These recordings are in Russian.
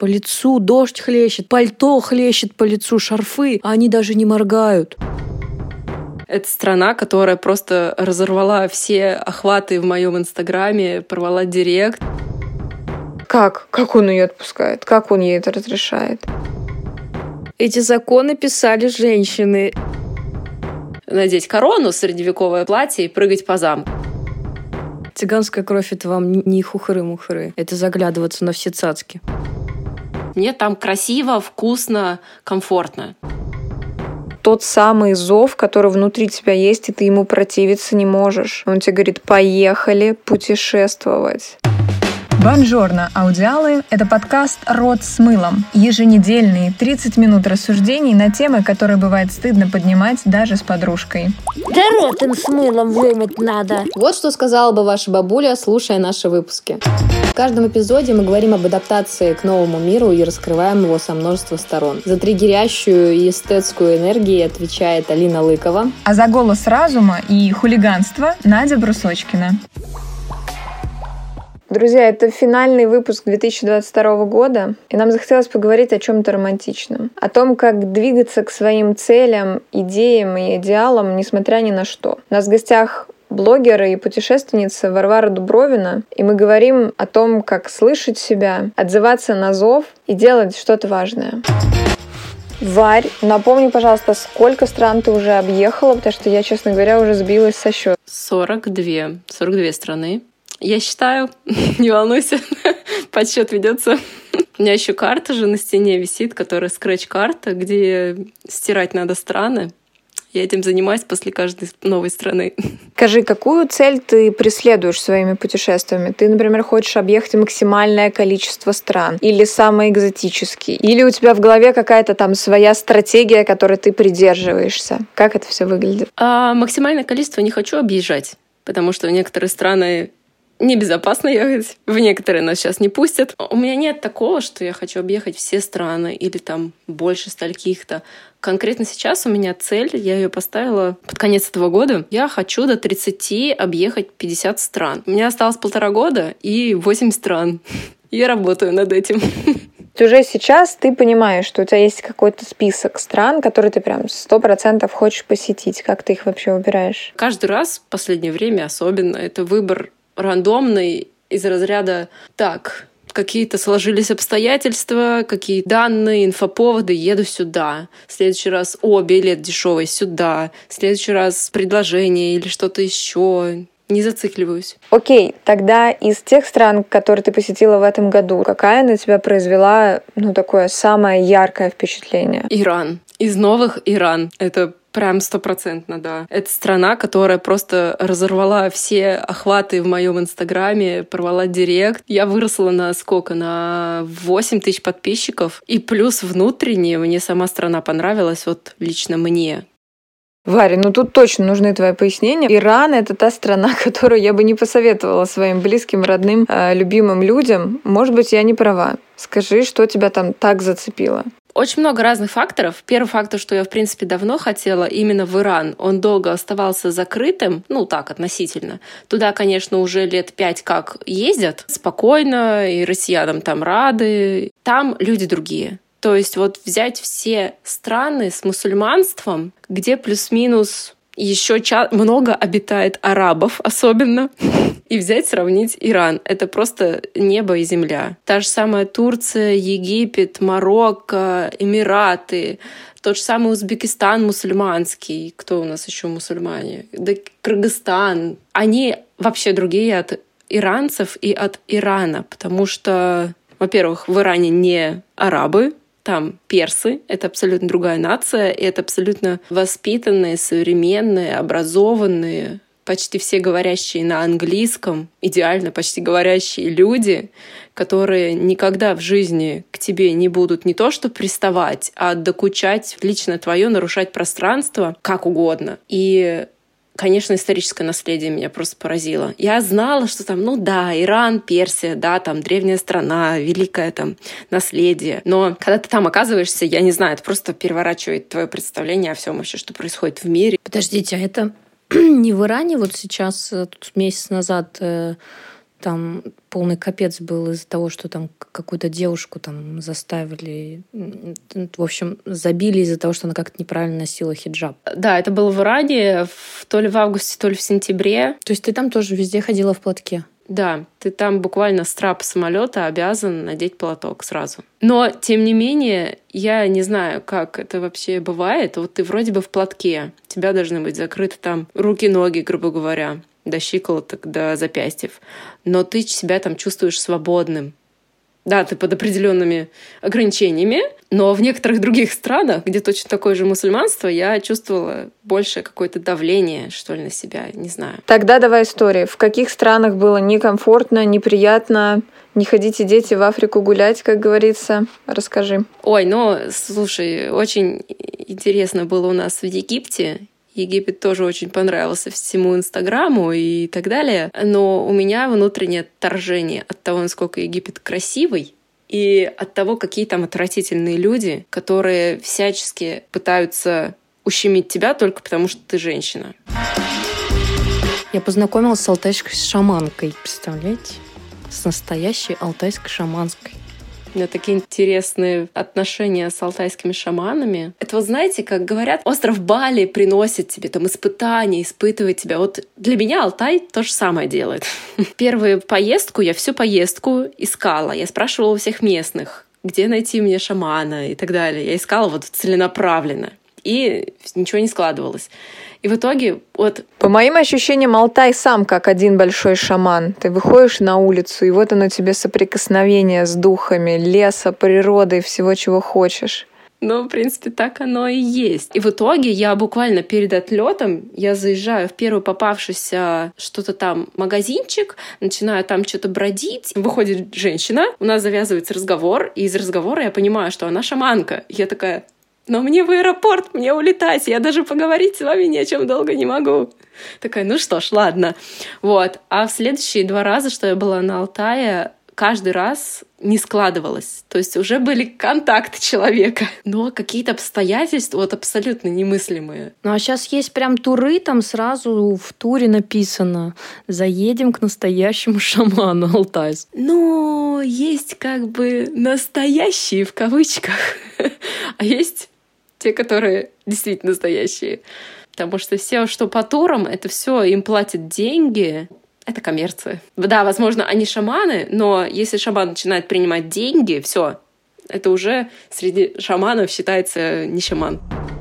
по лицу, дождь хлещет, пальто хлещет по лицу, шарфы, а они даже не моргают. Это страна, которая просто разорвала все охваты в моем инстаграме, порвала директ. Как? Как он ее отпускает? Как он ей это разрешает? Эти законы писали женщины. Надеть корону, средневековое платье и прыгать по замку. Цыганская кровь — это вам не хухры-мухры. Это заглядываться на все цацки. Мне там красиво, вкусно, комфортно. Тот самый зов, который внутри тебя есть, и ты ему противиться не можешь. Он тебе говорит: поехали путешествовать. Бонжорно, аудиалы! Это подкаст «Рот с мылом». Еженедельные 30 минут рассуждений на темы, которые бывает стыдно поднимать даже с подружкой. Да рот им с мылом вымыть надо. Вот что сказала бы ваша бабуля, слушая наши выпуски. В каждом эпизоде мы говорим об адаптации к новому миру и раскрываем его со множества сторон. За триггерящую и эстетскую энергию отвечает Алина Лыкова. А за голос разума и хулиганство Надя Брусочкина. Друзья, это финальный выпуск 2022 года, и нам захотелось поговорить о чем-то романтичном. О том, как двигаться к своим целям, идеям и идеалам, несмотря ни на что. У нас в гостях блогер и путешественница Варвара Дубровина, и мы говорим о том, как слышать себя, отзываться на зов и делать что-то важное. Варь, напомни, пожалуйста, сколько стран ты уже объехала, потому что я, честно говоря, уже сбилась со счета. 42 страны. Я считаю, не волнуйся, подсчет ведется. У меня еще карта же на стене висит, которая скретч-карта, где стирать надо страны. Я этим занимаюсь после каждой новой страны. Скажи, какую цель ты преследуешь своими путешествиями? Ты, например, хочешь объехать максимальное количество стран? Или самые экзотические? Или у тебя в голове какая-то там своя стратегия, которой ты придерживаешься? Как это все выглядит? Максимальное количество не хочу объезжать, потому что в некоторые страны небезопасно ехать. В некоторые нас сейчас не пустят. У меня нет такого, что я хочу объехать все страны или там больше стольких-то. Конкретно сейчас у меня цель, я ее поставила под конец этого года. Я хочу до 30 объехать 50 стран. У меня осталось 1,5 года и 8 стран. Я работаю над этим. Уже сейчас ты понимаешь, что у тебя есть какой-то список стран, которые ты прям 100% хочешь посетить. Как ты их вообще выбираешь? Каждый раз в последнее время особенно это выбор рандомный из разряда «так, какие-то сложились обстоятельства, какие данные, инфоповоды, еду сюда. В следующий раз, билет дешевый, сюда. В следующий раз предложение или что-то еще». Не зацикливаюсь. Окей, тогда из тех стран, которые ты посетила в этом году, какая на тебя произвела, такое самое яркое впечатление? Иран. Из новых Иран. Это прям 100%, да. Это страна, которая просто разорвала все охваты в моем инстаграме, порвала директ. Я выросла на сколько? На 8 тысяч подписчиков. И плюс внутренне мне сама страна понравилась, вот лично мне. Варя, тут точно нужны твои пояснения. Иран — это та страна, которую я бы не посоветовала своим близким, родным, любимым людям. Может быть, я не права. Скажи, что тебя там так зацепило? Очень много разных факторов. Первый фактор, что я, в принципе, давно хотела именно в Иран. Он долго оставался закрытым, так, относительно. Туда, конечно, уже лет 5 как ездят. Спокойно, и россиянам там рады. Там люди другие. То есть вот взять все страны с мусульманством, где плюс-минус еще много обитает арабов особенно, и взять, сравнить Иран. Это просто небо и земля. Та же самая Турция, Египет, Марокко, Эмираты, тот же самый Узбекистан мусульманский. Кто у нас еще мусульмане? Да, Кыргызстан. Они вообще другие от иранцев и от Ирана, потому что, во-первых, в Иране не арабы, там персы, это абсолютно другая нация, и это абсолютно воспитанные, современные, образованные, почти все говорящие на английском, идеально почти говорящие люди, которые никогда в жизни к тебе не будут не то что приставать, а докучать лично твое, нарушать пространство как угодно. И конечно, историческое наследие меня просто поразило. Я знала, что там, Иран, Персия, там древняя страна, великое там наследие. Но когда ты там оказываешься, я не знаю, это просто переворачивает твое представление о всем вообще, что происходит в мире. Подождите, а это не в Иране вот сейчас, тут месяц назад там полный капец был из-за того, что там какую-то девушку там заставили, в общем, забили из-за того, что она как-то неправильно носила хиджаб. Да, это было в Иране, то ли в августе, то ли в сентябре. То есть ты там тоже везде ходила в платке? Да, ты там буквально с трапа самолета обязан надеть платок сразу. Но, тем не менее, я не знаю, как это вообще бывает. Вот ты вроде бы в платке, у тебя должны быть закрыты там руки-ноги, грубо говоря, до щиколоток, до запястьев. Но ты себя там чувствуешь свободным. Да, ты под определенными ограничениями, но в некоторых других странах, где точно такое же мусульманство, я чувствовала больше какое-то давление, что ли, на себя, не знаю. Тогда давай истории. В каких странах было некомфортно, неприятно? Не ходите, дети, в Африку гулять, как говорится. Расскажи. Ой, ну, слушай, очень интересно было у нас в Египте. Египет тоже очень понравился всему Инстаграму и так далее. Но у меня внутреннее отторжение от того, насколько Египет красивый, и от того, какие там отвратительные люди, которые всячески пытаются ущемить тебя только потому, что ты женщина. Я познакомилась с алтайской шаманкой, представляете? С настоящей алтайской шаманской. У меня такие интересные отношения с алтайскими шаманами. Это вот знаете, как говорят, остров Бали приносит тебе там испытания, испытывает тебя. Вот для меня Алтай то же самое делает. Первую поездку я всю поездку искала. Я спрашивала у всех местных, где найти мне шамана и так далее. Я искала вот целенаправленно. И ничего не складывалось. И в итоге вот... По моим ощущениям, Алтай сам как один большой шаман. Ты выходишь на улицу, и вот оно тебе соприкосновение с духами, леса, природы, всего, чего хочешь. Ну, в принципе, так оно и есть. И в итоге я буквально перед отлетом я заезжаю в первый попавшийся что-то там магазинчик, начинаю там что-то бродить. Выходит женщина, у нас завязывается разговор, и из разговора я понимаю, что она шаманка. Я такая... Но мне в аэропорт, мне улетать, я даже поговорить с вами ни о чем долго не могу. Такая, ну что ж, ладно. Вот. А в следующие 2 раза, что я была на Алтае, каждый раз не складывалось. То есть уже были контакты человека. Но какие-то обстоятельства вот абсолютно немыслимые. Ну а сейчас есть прям туры, там сразу в туре написано «Заедем к настоящему шаману алтайскому». Ну, есть как бы настоящие в кавычках, а есть те, которые действительно настоящие. Потому что все, что по турам, это все им платят деньги. Это коммерция. Да, возможно, они шаманы, но если шаман начинает принимать деньги, все, это уже среди шаманов считается не шаман.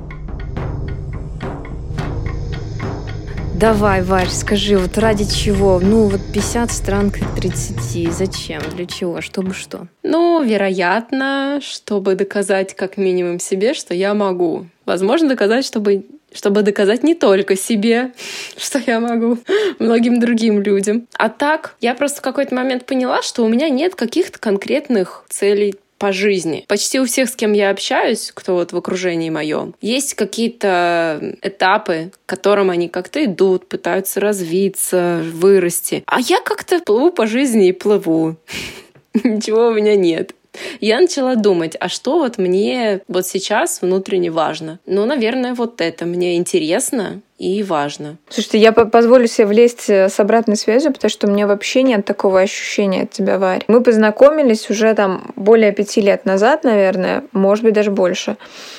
Давай, Варь, скажи, вот ради чего? Ну, вот 50 стран к 30. Зачем? Для чего? Чтобы что? Ну, вероятно, чтобы доказать как минимум себе, что я могу. Возможно, доказать, чтобы доказать не только себе, что я могу, многим другим людям. А так, я просто в какой-то момент поняла, что у меня нет каких-то конкретных целей по жизни. Почти у всех, с кем я общаюсь, кто вот в окружении моем, есть какие-то этапы, к которым они как-то идут, пытаются развиться, вырасти. А я как-то плыву по жизни и плыву. Ничего у меня нет. Я начала думать, а что вот мне вот сейчас внутренне важно? Ну, наверное, вот это мне интересно и важно. Слушайте, я позволю себе влезть с обратной связью, потому что у меня вообще нет такого ощущения от тебя, Варь. Мы познакомились уже там более 5 лет назад, наверное, может быть, даже больше.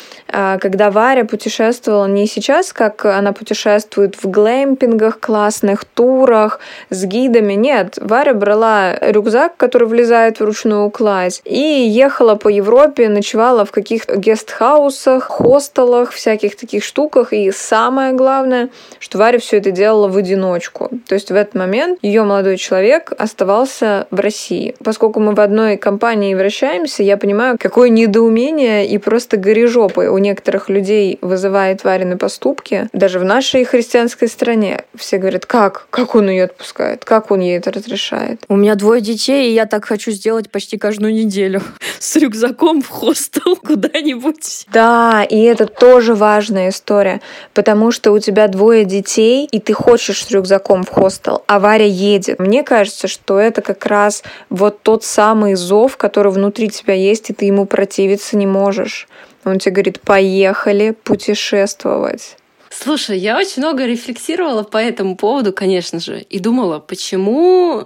Когда Варя путешествовала не сейчас, как она путешествует в глэмпингах, классных турах с гидами. Нет, Варя брала рюкзак, который влезает в ручную кладь, и ехала по Европе, ночевала в каких-то гестхаусах, хостелах, всяких таких штуках. И самое главное, что Варя все это делала в одиночку. То есть в этот момент ее молодой человек оставался в России. Поскольку мы в одной компании вращаемся, я понимаю, какое недоумение и просто горежопы у некоторых людей вызывает Варины поступки. Даже в нашей христианской стране все говорят, как он ее отпускает, как он ей это разрешает. У меня 2 детей, и я так хочу сделать почти каждую неделю. С рюкзаком в хостел куда-нибудь. Да, и это тоже важная история, потому что у тебя 2 детей, и ты хочешь с рюкзаком в хостел, а Варя едет. Мне кажется, что это как раз вот тот самый зов, который внутри тебя есть, и ты ему противиться не можешь. Он тебе говорит, поехали путешествовать. Слушай, я очень много рефлексировала по этому поводу, конечно же, и думала, почему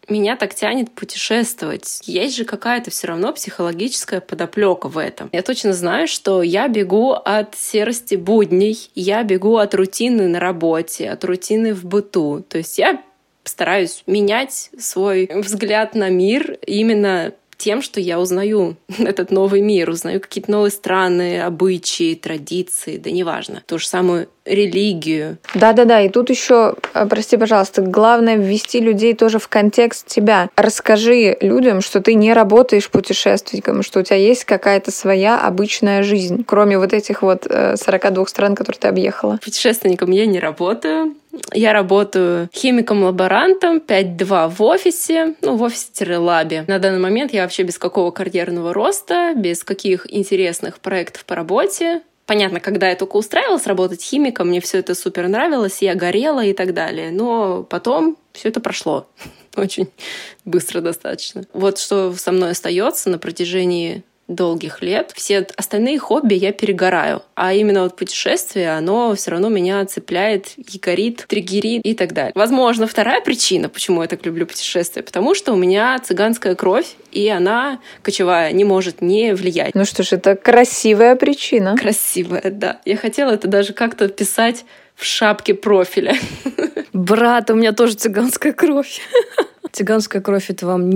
меня так тянет путешествовать. Есть же какая-то все равно психологическая подоплека в этом. Я точно знаю, что я бегу от серости будней, я бегу от рутины на работе, от рутины в быту. То есть я стараюсь менять свой взгляд на мир именно тем, что я узнаю этот новый мир, узнаю какие-то новые страны, обычаи, традиции, да неважно, ту же самую религию. Да-да-да, и тут еще, прости, пожалуйста, главное ввести людей тоже в контекст тебя. Расскажи людям, что ты не работаешь путешественником, что у тебя есть какая-то своя обычная жизнь, кроме вот этих вот 42 стран, которые ты объехала. Путешественником я не работаю. Я работаю химиком-лаборантом 5-2 в офисе, в офисе-лабе. На данный момент я вообще без какого карьерного роста, без каких интересных проектов по работе. Понятно, когда я только устраивалась работать химиком, мне все это супер нравилось, я горела и так далее. Но потом все это прошло очень быстро достаточно. Вот что со мной остается на протяжении долгих лет. Все остальные хобби я перегораю. А именно вот путешествие, оно все равно меня цепляет, якорит, триггерит и так далее. Возможно, вторая причина, почему я так люблю путешествия, потому что у меня цыганская кровь, и она, кочевая, не может не влиять. Ну что ж, это красивая причина. Красивая, да. Я хотела это даже как-то писать в шапке профиля. Брат, у меня тоже цыганская кровь. Цыганская кровь — это вам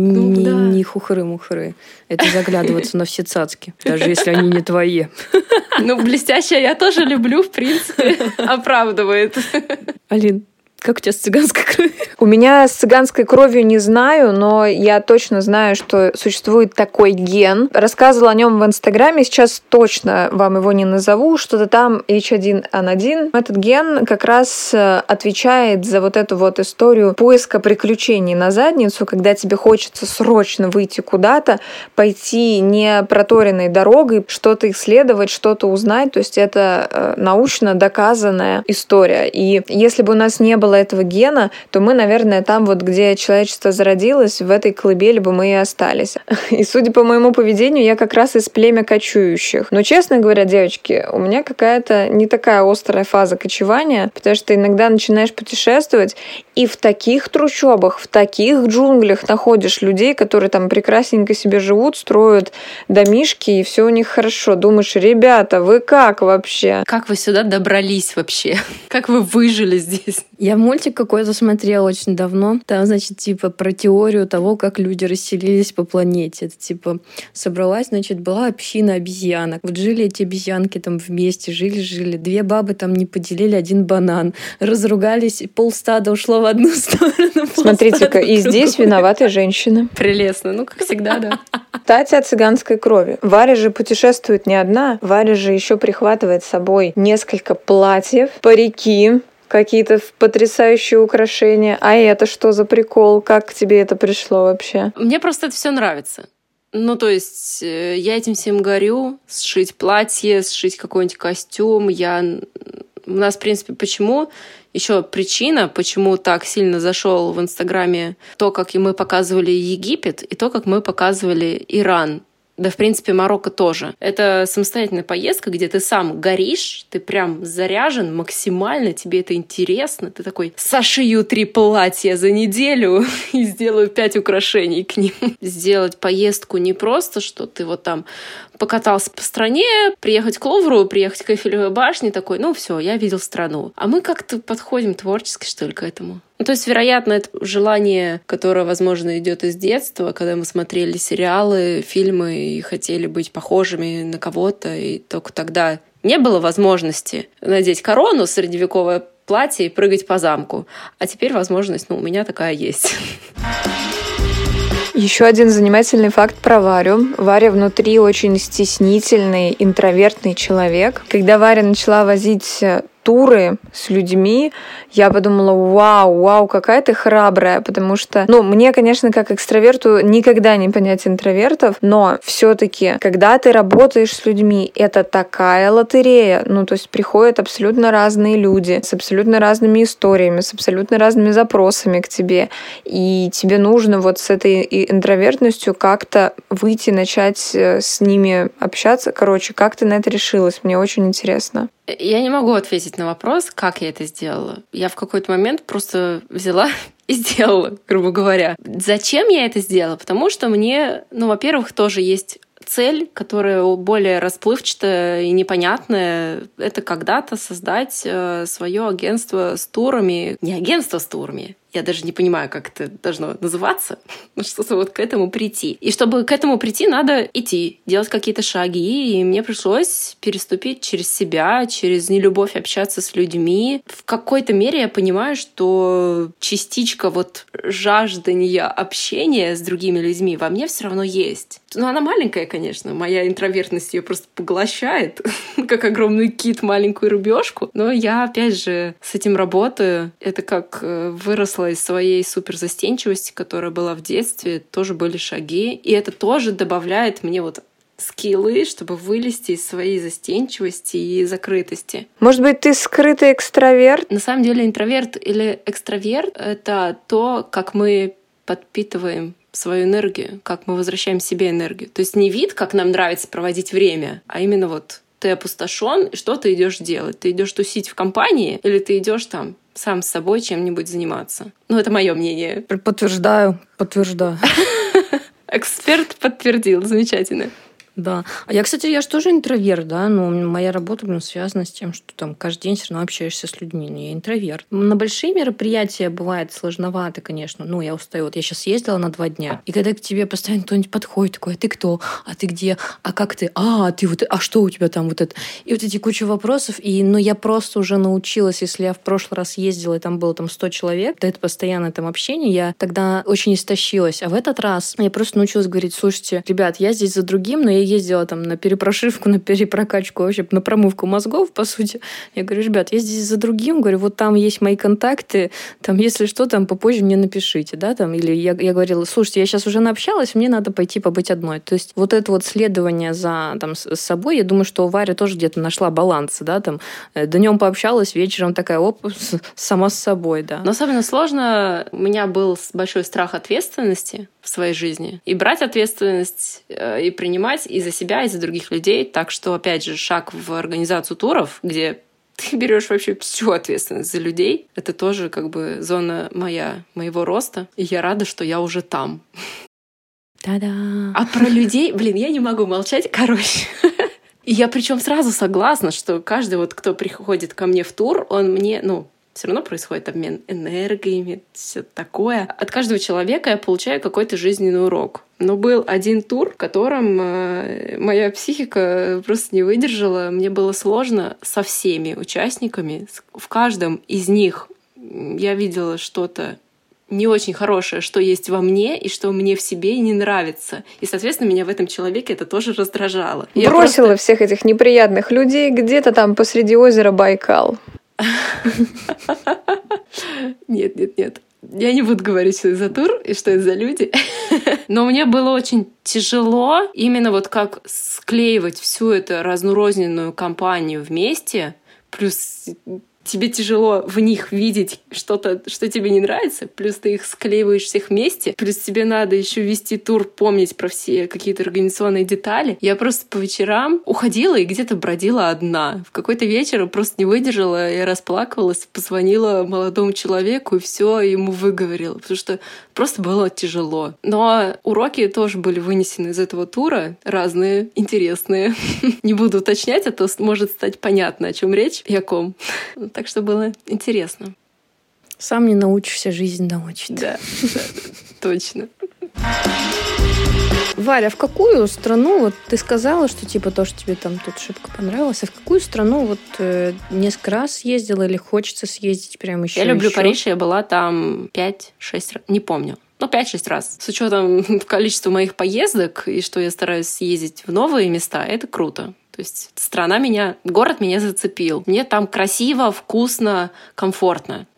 не хухры-мухры. Это заглядываться на все цацки, даже если они не твои. Блестящая я тоже люблю, в принципе, оправдывает. Алин, как у тебя с цыганской кровью? У меня с цыганской кровью не знаю, но я точно знаю, что существует такой ген. Рассказывала о нем в Инстаграме, сейчас точно вам его не назову, что-то там H1N1. Этот ген как раз отвечает за вот эту вот историю поиска приключений на задницу, когда тебе хочется срочно выйти куда-то, пойти не проторенной дорогой, что-то исследовать, что-то узнать. То есть это научно доказанная история. И если бы у нас не было этого гена, то мы, наверное, там вот, где человечество зародилось, в этой колыбели бы мы и остались. И судя по моему поведению, я как раз из племя кочующих. Но, честно говоря, девочки, у меня какая-то не такая острая фаза кочевания, потому что иногда начинаешь путешествовать, и в таких трущобах, в таких джунглях находишь людей, которые там прекрасненько себе живут, строят домишки, и все у них хорошо. Думаешь, ребята, вы как вообще? Как вы сюда добрались вообще? Как вы выжили здесь? Я мультик какой-то смотрела очень давно. Там, значит, типа про теорию того, как люди расселились по планете. Это типа собралась, значит, была община обезьянок. Вот жили эти обезьянки там вместе, жили. Две бабы там не поделили один банан. Разругались, и полстада ушло в одну сторону. Смотрите-ка, и здесь виноваты женщины. Прелестно. Как всегда, да. Кстати, о цыганской крови. Варя же путешествует не одна. Варя же еще прихватывает с собой несколько платьев, парики, какие-то потрясающие украшения. А это что за прикол? Как к тебе это пришло вообще? Мне просто это все нравится. То есть я этим всем горю. Сшить платье, сшить какой-нибудь костюм. У нас, в принципе, почему? Еще причина, почему так сильно зашел в Инстаграме то, как мы показывали Египет, и то, как мы показывали Иран. Да, в принципе, Марокко тоже. Это самостоятельная поездка, где ты сам горишь, ты прям заряжен максимально, тебе это интересно. Ты такой, сошью 3 платья за неделю и сделаю 5 украшений к ним. Сделать поездку не просто, что ты вот там покатался по стране, приехать к Лувру, приехать к Эйфелевой башне, такой, все, я видел страну. А мы как-то подходим творчески, что ли, к этому. То есть, вероятно, это желание, которое, возможно, идет из детства, когда мы смотрели сериалы, фильмы и хотели быть похожими на кого-то, и только тогда не было возможности надеть корону, средневековое платье и прыгать по замку. А теперь возможность, у меня такая есть. Еще один занимательный факт про Варю. Варя внутри очень стеснительный, интровертный человек. Когда Варя начала возить туры с людьми, я подумала, вау, какая ты храбрая, потому что, мне, конечно, как экстраверту никогда не понять интровертов, но все-таки, когда ты работаешь с людьми, это такая лотерея, то есть приходят абсолютно разные люди с абсолютно разными историями, с абсолютно разными запросами к тебе, и тебе нужно вот с этой интровертностью как-то выйти, начать с ними общаться. Как ты на это решилась? Мне очень интересно. Я не могу ответить на вопрос, как я это сделала. Я в какой-то момент просто взяла и сделала, грубо говоря. Зачем я это сделала? Потому что мне, во-первых, тоже есть цель, которая более расплывчатая и непонятная. Это когда-то создать свое агентство с турами. Не агентство с турами. Я даже не понимаю, как это должно называться. Что-то вот к этому прийти. И чтобы к этому прийти, надо идти, делать какие-то шаги. И мне пришлось переступить через себя, через нелюбовь общаться с людьми. В какой-то мере я понимаю, что частичка жаждания общения с другими людьми во мне все равно есть. Она маленькая, конечно. Моя интровертность ее просто поглощает, как огромный кит маленькую рыбешку. Но я, опять же, с этим работаю. Это как выросла из своей суперзастенчивости, которая была в детстве. Тоже были шаги. И это тоже добавляет мне скиллы, чтобы вылезти из своей застенчивости и закрытости. Может быть, ты скрытый экстраверт? На самом деле интроверт или экстраверт — это то, как мы подпитываем свою энергию, как мы возвращаем себе энергию. То есть не вид, как нам нравится проводить время, а именно ты опустошен, и что ты идешь делать? Ты идешь тусить в компании или ты идешь там сам с собой чем-нибудь заниматься? Это мое мнение. Подтверждаю. Эксперт подтвердил. Замечательно. Да. А я же тоже интроверт, да, но моя работа, связана с тем, что там каждый день все равно общаешься с людьми, но я интроверт. На большие мероприятия бывает сложновато, конечно. Я устаю. Я сейчас ездила на 2 дня, и когда к тебе постоянно кто-нибудь подходит, такой: а ты кто? А ты где? А как ты? А ты а что у тебя там это? И эти куча вопросов. Я просто уже научилась, если я в прошлый раз ездила, и там было 100 человек, да, это постоянное общение, я тогда очень истощилась. А в этот раз я просто научилась говорить: слушайте, ребят, я здесь за другим, но я ездила на перепрошивку, на перепрокачку, вообще на промывку мозгов, по сути. Я говорю: ребят, я здесь за другим, говорю, там есть мои контакты, если что, попозже мне напишите, да, или я говорила: слушайте, я сейчас уже наобщалась, мне надо пойти побыть одной. То есть это следование за с собой, я думаю, что Варя тоже где-то нашла баланс, да, днем пообщалась, вечером такая, сама с собой, да. Но особенно сложно, у меня был большой страх ответственности в своей жизни. И брать ответственность, и принимать и за себя, и за других людей. Так что, опять же, шаг в организацию туров, где ты берешь вообще всю ответственность за людей, это тоже зона моего роста. И я рада, что я уже там. Та-да! А про людей, я не могу молчать, И я причем сразу согласна, что каждый, кто приходит ко мне в тур, он мне, все равно происходит обмен энергиями, все такое. От каждого человека я получаю какой-то жизненный урок. Но был один тур, в котором моя психика просто не выдержала. Мне было сложно со всеми участниками. В каждом из них я видела что-то не очень хорошее, что есть во мне и что мне в себе не нравится. И, соответственно, меня в этом человеке это тоже раздражало. Бросила всех этих неприятных людей где-то там посреди озера Байкал. Нет. Я не буду говорить, что это за тур и что это за люди. Но мне было очень тяжело именно как склеивать всю эту разнурозненную компанию вместе. Плюс тебе тяжело в них видеть что-то, что тебе не нравится, плюс ты их склеиваешь всех вместе, плюс тебе надо еще вести тур, помнить про все какие-то организационные детали. Я просто по вечерам уходила и где-то бродила одна. В какой-то вечер просто не выдержала, я расплакалась, позвонила молодому человеку и все ему выговорила, потому что просто было тяжело. Но уроки тоже были вынесены из этого тура, разные, интересные. Не буду уточнять, а то может стать понятно, о чем речь и о ком. Так что было интересно. Сам не научишься, жизнь научит. Да, точно. Варя, в какую страну, ты сказала, что то, что тебе там тут шибко понравилось, а в какую страну несколько раз съездила или хочется съездить прямо еще? Я люблю Париж, я была там 5-6 раз, не помню. 5-6 раз. С учетом количества моих поездок и что я стараюсь съездить в новые места, это круто. То есть город меня зацепил. Мне там красиво, вкусно, комфортно.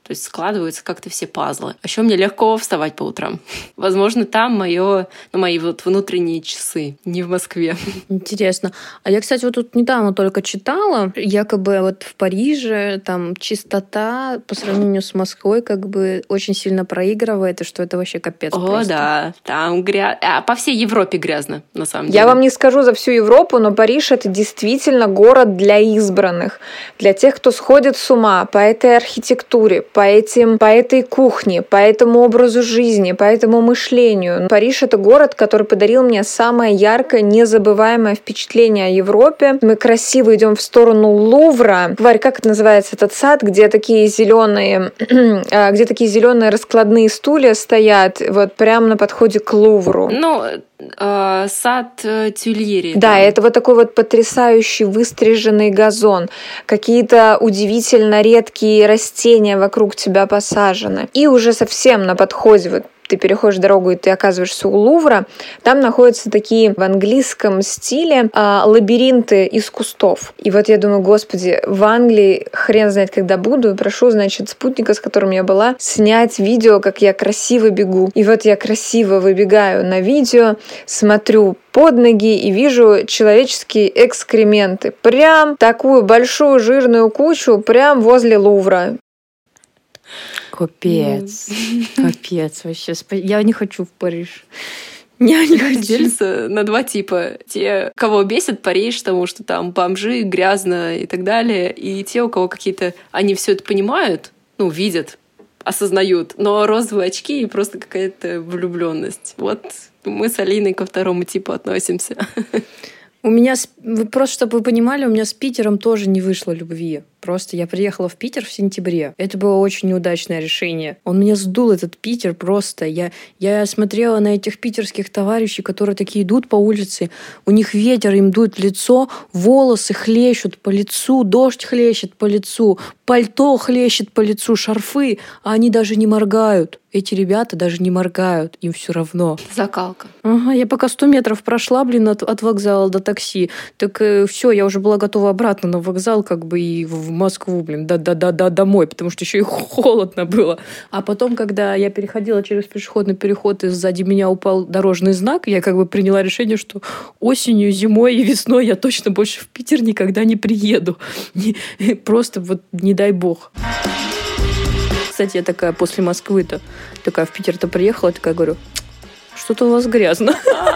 То есть складываются как-то все пазлы. А еще мне легко вставать по утрам. Возможно, там мои вот внутренние часы, не в Москве. Интересно. А я, кстати, вот тут недавно только читала, якобы вот в Париже там чистота по сравнению с Москвой как бы очень сильно проигрывает, и что это вообще капец. О, просто. да, там по всей Европе грязно, на самом деле. Я вам не скажу за всю Европу, но Париж — это действительно город для избранных, для тех, кто сходит с ума по этой архитектуре, по этой кухне, по этому образу жизни, по этому мышлению. Париж — это город, который подарил мне самое яркое, незабываемое впечатление о Европе. Мы красиво идем в сторону Лувра. Варь, как это называется этот сад, где такие зеленые раскладные стулья стоят, вот прямо на подходе к Лувру? Сад Тюильри. Да, это вот такой вот потрясающий выстриженный газон. Какие-то удивительно редкие растения вокруг тебя посажены. И уже совсем на подходе, вот ты переходишь дорогу, и ты оказываешься у Лувра, там находятся такие в английском стиле лабиринты из кустов. И вот я думаю, господи, в Англии хрен знает, когда буду, прошу, значит, спутника, с которым я была, снять видео, как я красиво бегу. И вот я красиво выбегаю на видео, смотрю под ноги и вижу человеческие экскременты. Прям такую большую жирную кучу прям возле Лувра. Капец. Капец вообще. Я не хочу в Париж. Я не хочу. Делятся на два типа. Те, кого бесит Париж, потому что там бомжи, грязно и так далее. И те, у кого какие-то... Они все это понимают, видят, осознают. Но розовые очки и просто какая-то влюбленность. Вот мы с Алиной ко второму типу относимся. У меня, просто чтобы вы понимали, у меня с Питером тоже не вышло любви. Просто я приехала в Питер в сентябре. Это было очень неудачное решение. Он меня сдул, этот Питер, просто. Я смотрела на этих питерских товарищей, которые такие идут по улице, у них ветер им дует в лицо, волосы хлещут по лицу, дождь хлещет по лицу, пальто хлещет по лицу, шарфы, а они даже не моргают. Эти ребята даже не моргают, им все равно. Закалка. Ага, я пока 100 метров прошла, от вокзала до такси, так все, я уже была готова обратно на вокзал, как бы и в Москву, домой, потому что еще и холодно было. А потом, когда я переходила через пешеходный переход, и сзади меня упал дорожный знак, я как бы приняла решение, что осенью, зимой и весной я точно больше в Питер никогда не приеду. Просто вот не дай бог. Кстати, я такая после Москвы-то, такая в Питер-то приехала, такая говорю, что-то у вас грязно.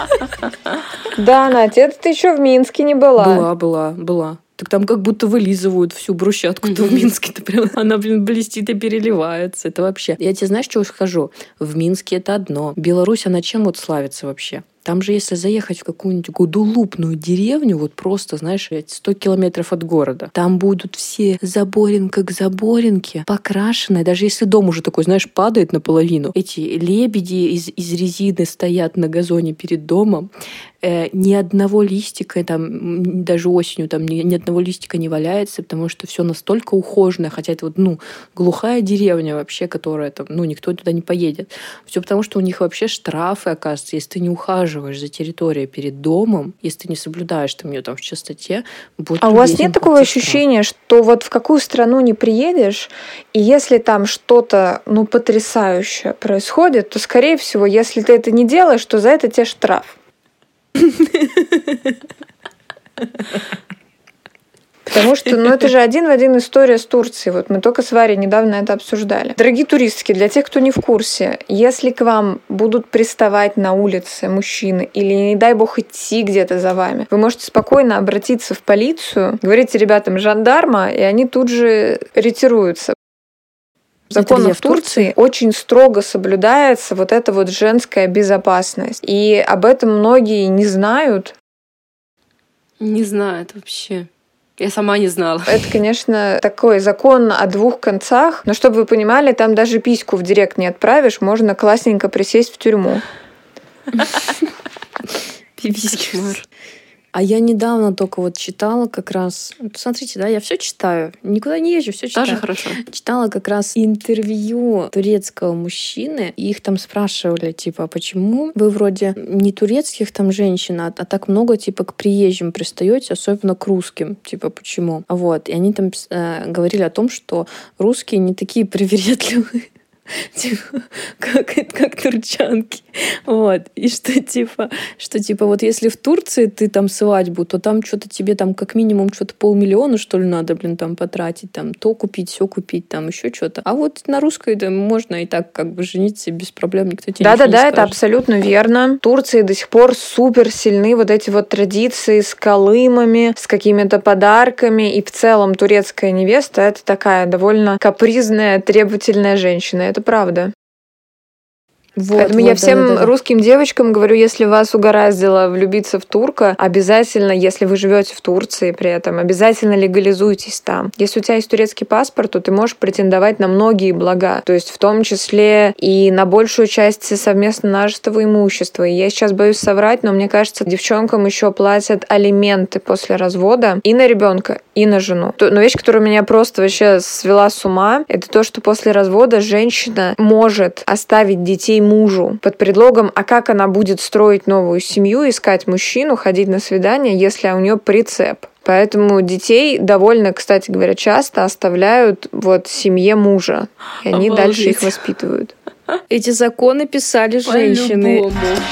Да, Надя, ты еще в Минске не была. Была. Так там как будто вылизывают всю брусчатку-то в Минске-то прям. Она, блестит и переливается. Это вообще... Я тебе знаешь, что скажу? В Минске это одно. Беларусь, она чем вот славится вообще? Там же, если заехать в какую-нибудь гудулупную деревню, вот просто, знаешь, 100 километров от города, там будут все заборинка к заборинке покрашенные, даже если дом уже такой, знаешь, падает наполовину. Эти лебеди из резины стоят на газоне перед домом, ни одного листика, там, даже осенью там ни одного листика не валяется, потому что все настолько ухоженное, хотя это вот, глухая деревня вообще, которая там, никто туда не поедет. Все потому, что у них вообще штрафы, оказывается, если ты не ухаживаешь за территорией перед домом, если ты не соблюдаешь там ее там в чистоте, будет. А у вас нет такого ощущения, что вот в какую страну не приедешь, и если там что-то, потрясающее происходит, то, скорее всего, если ты это не делаешь, то за это тебе штраф. Потому что, это же один в один история с Турцией. Вот мы только с Варей недавно это обсуждали. Дорогие туристки, для тех, кто не в курсе, если к вам будут приставать на улице мужчины или, не дай бог, идти где-то за вами, вы можете спокойно обратиться в полицию, говорите ребятам жандарма, и они тут же ретируются. В законах Турции очень строго соблюдается вот эта вот женская безопасность. И об этом многие не знают. Не знают вообще. Я сама не знала. Это, конечно, такой закон о двух концах. Но чтобы вы понимали, там даже письку в директ не отправишь, можно классненько присесть в тюрьму. Пиписьки. А я недавно только вот читала как раз... Смотрите, да, я все читаю. Никуда не езжу, все читаю. Тоже хорошо. Читала как раз интервью турецкого мужчины. И их там спрашивали, типа, почему вы вроде не турецких там женщин, а так много, типа, к приезжим пристаете, особенно к русским. Типа, почему? Вот. И они там говорили о том, что русские не такие привередливые, типа, как турчанки. Вот. И что вот если в Турции ты там свадьбу, то там что-то тебе там как минимум что-то 500 000, что ли, надо, там потратить, там то купить, все купить, там еще что-то. А вот на русской да, можно и так как бы жениться без проблем, никто тебе ничего не скажет. Это абсолютно верно. В Турции до сих пор супер сильны вот эти вот традиции с колымами, с какими-то подарками, и в целом турецкая невеста — это такая довольно капризная, требовательная женщина. Это правда. Поэтому я всем русским девочкам говорю, если вас угораздило влюбиться в турка, обязательно, если вы живете в Турции при этом, обязательно легализуйтесь там. Если у тебя есть турецкий паспорт, то ты можешь претендовать на многие блага, то есть в том числе и на большую часть совместно нажитого имущества. И я сейчас боюсь соврать, но мне кажется, девчонкам еще платят алименты после развода и на ребенка, и на жену. Но вещь, которая меня просто вообще свела с ума, это то, что после развода женщина может оставить детей мужу под предлогом, а как она будет строить новую семью, искать мужчину, ходить на свидания, если у нее прицеп. Поэтому детей довольно, кстати говоря, часто оставляют вот семье мужа, и они дальше их воспитывают. Эти законы писали женщины.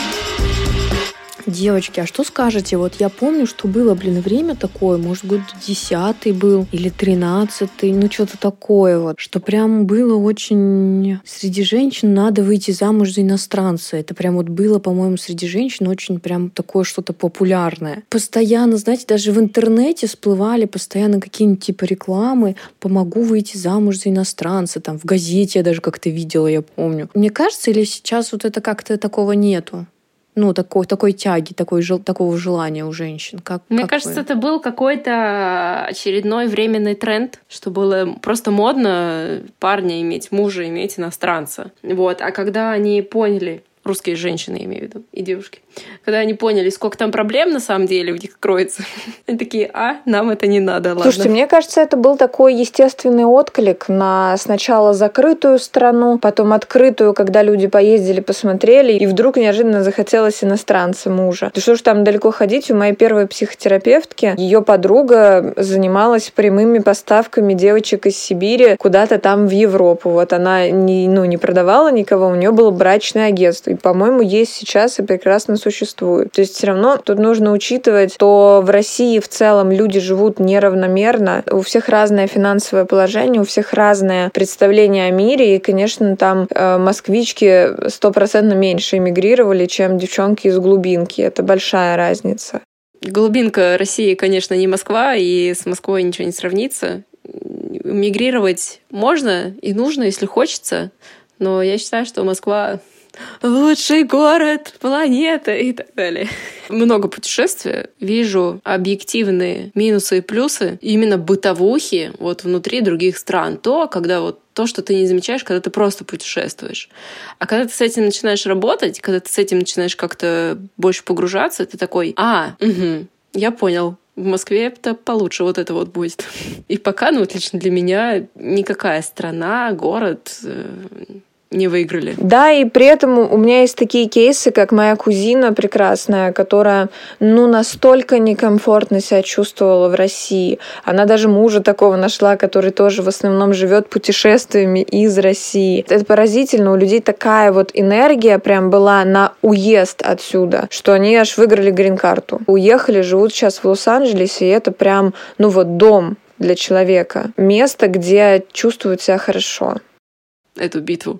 Девочки, а что скажете? Вот я помню, что было, время такое, может, год 10-й был или 13-й, ну что-то такое вот, что прям было очень... Среди женщин надо выйти замуж за иностранца. Это прям вот было, по-моему, среди женщин очень прям такое что-то популярное. Постоянно, знаете, даже в интернете всплывали постоянно какие-нибудь типа рекламы «Помогу выйти замуж за иностранца», там в газете я даже как-то видела, я помню. Мне кажется, или сейчас вот это как-то такого нету? Ну, такой тяги, такого желания у женщин. Мне кажется, это был какой-то очередной временный тренд, что было просто модно парня иметь, мужа иметь, иностранца. Вот. А когда они поняли, русские женщины, я имею в виду, и девушки, когда они поняли, сколько там проблем на самом деле у них кроется, они такие, нам это не надо, ладно. Слушайте, мне кажется, это был такой естественный отклик на сначала закрытую страну, потом открытую, когда люди поездили, посмотрели, и вдруг неожиданно захотелось иностранца мужа. Да что ж там далеко ходить, у моей первой психотерапевтки ее подруга занималась прямыми поставками девочек из Сибири куда-то там в Европу. Вот она не продавала никого, у нее было брачное агентство. И, по-моему, есть сейчас и прекрасно существует. То есть все равно тут нужно учитывать, что в России в целом люди живут неравномерно, у всех разное финансовое положение, у всех разное представление о мире, и, конечно, там москвички 100% меньше эмигрировали, чем девчонки из глубинки. Это большая разница. Глубинка России, конечно, не Москва, и с Москвой ничего не сравнится. Мигрировать можно и нужно, если хочется, но я считаю, что Москва лучший город планеты и так далее. Много путешествий. Вижу объективные минусы и плюсы именно бытовухи вот внутри других стран. То, что ты не замечаешь, когда ты просто путешествуешь. А когда ты с этим начинаешь работать, когда ты с этим начинаешь как-то больше погружаться, ты такой, я понял. В Москве это получше вот это вот будет. И пока, лично для меня никакая страна, город не выиграли. Да, и при этом у меня есть такие кейсы, как моя кузина прекрасная, которая, настолько некомфортно себя чувствовала в России. Она даже мужа такого нашла, который тоже в основном живет путешествиями из России. Это поразительно. У людей такая вот энергия прям была на уезд отсюда, что они аж выиграли грин-карту. Уехали, живут сейчас в Лос-Анджелесе, и это прям, дом для человека. Место, где чувствуют себя хорошо. Эту битву.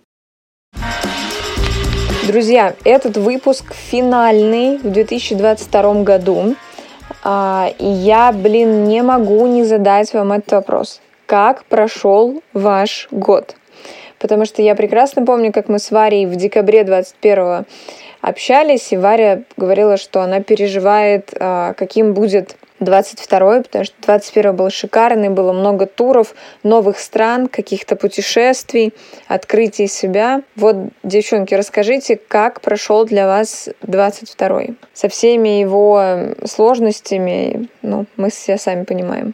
Друзья, этот выпуск финальный в 2022 году. И я, не могу не задать вам этот вопрос. Как прошел ваш год? Потому что я прекрасно помню, как мы с Варей в декабре 21-го общались, и Варя говорила, что она переживает, каким будет 22-й, потому что 21-й был шикарный, было много туров, новых стран, каких-то путешествий, открытий себя. Вот, девчонки, расскажите, как прошел для вас 22-й? Со всеми его сложностями, мы все сами понимаем.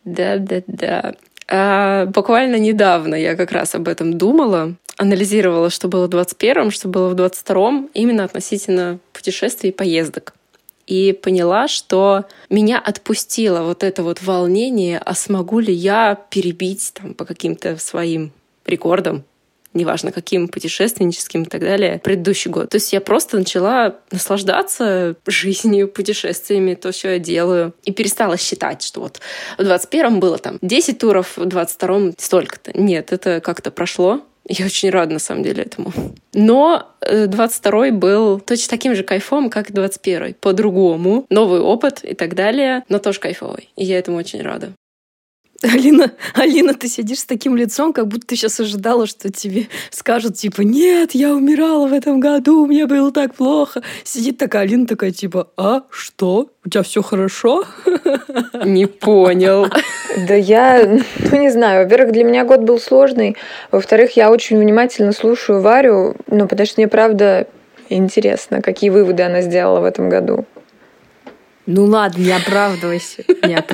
Да. Буквально недавно я как раз об этом думала, анализировала, что было в 21-м, что было в 22-м, именно относительно путешествий и поездок. И поняла, что меня отпустило вот это вот волнение, а смогу ли я перебить там по каким-то своим рекордам, неважно каким, путешественническим и так далее, предыдущий год. То есть я просто начала наслаждаться жизнью, путешествиями, то, что я делаю. И перестала считать, что вот в 21-м было там 10 туров, в 22-м столько-то. Нет, это как-то прошло. Я очень рада, на самом деле, этому. Но 22-й был точно таким же кайфом, как и 21-й. По-другому. Новый опыт и так далее, но тоже кайфовый. И я этому очень рада. Алина, ты сидишь с таким лицом, как будто ты сейчас ожидала, что тебе скажут, типа, нет, я умирала в этом году, мне было так плохо. Сидит такая Алина, такая, типа, а что? У тебя все хорошо? Не понял. Да я, не знаю. Во-первых, для меня год был сложный. Во-вторых, я очень внимательно слушаю Варю, потому что мне, правда, интересно, какие выводы она сделала в этом году. Ну ладно, не оправдывайся,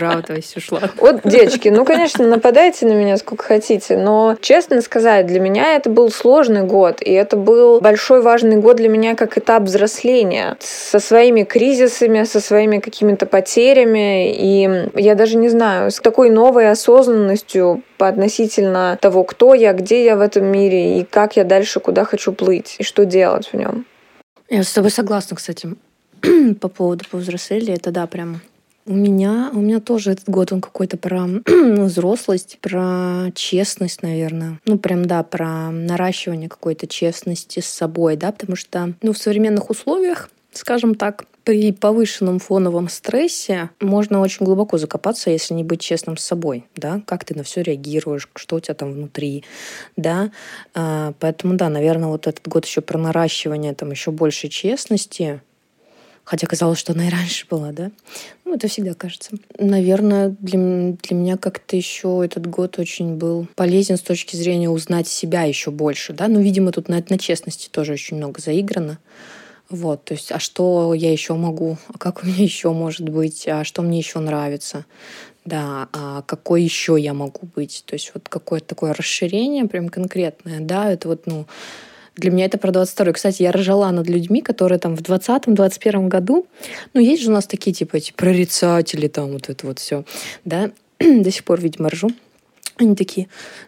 уж ладно. Вот, девочки, конечно, нападайте на меня сколько хотите, но, честно сказать, для меня это был сложный год, и это был большой важный год для меня как этап взросления, со своими кризисами, со своими какими-то потерями, и я даже не знаю, с такой новой осознанностью относительно того, кто я, где я в этом мире, и как я дальше, куда хочу плыть, и что делать в нем. Я с тобой согласна, кстати. По поводу повзросления, это да, прям. У меня тоже этот год, он какой-то про взрослость, про честность, наверное. Прям, да, про наращивание какой-то честности с собой, да, потому что, в современных условиях, скажем так, при повышенном фоновом стрессе можно очень глубоко закопаться, если не быть честным с собой, да, как ты на все реагируешь, что у тебя там внутри, да, поэтому, да, наверное, вот этот год еще про наращивание там еще больше честности. Хотя казалось, что она и раньше была, да? Это всегда кажется. Наверное, для меня как-то еще этот год очень был полезен с точки зрения узнать себя еще больше, да? Видимо, тут на честности тоже очень много заиграно. Вот, то есть, а что я еще могу? А как у меня еще может быть? А что мне еще нравится? Да, а какой еще я могу быть? То есть, вот какое-то такое расширение прям конкретное, да? Это вот, для меня это про 22-й. Кстати, я ржала над людьми, которые там в 20-21 году, есть же у нас такие, типа, эти прорицатели, там вот это вот все, да, до сих пор, видимо, ржу. Они такие,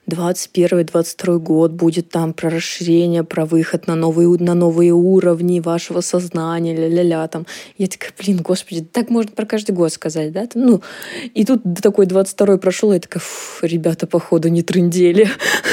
21-22 год будет там про расширение, про выход на новые уровни вашего сознания, ля-ля-ля там. Я такая, господи, так можно про каждый год сказать, да? И тут такой 22-й прошел, и я такая, ребята, походу, не трындели.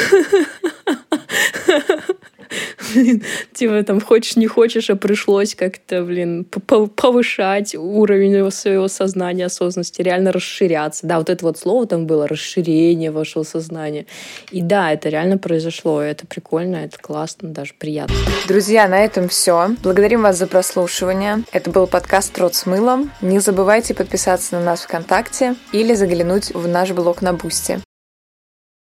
Типа там хочешь, не хочешь, а пришлось как-то, повышать уровень своего сознания, осознанности, реально расширяться. Да, вот это вот слово там было, расширение вашего сознания. И да, это реально произошло, это прикольно, это классно, даже приятно. Друзья, на этом все. Благодарим вас за прослушивание. Это был подкаст «Рот с мылом». Не забывайте подписаться на нас ВКонтакте или заглянуть в наш блог на Бусти.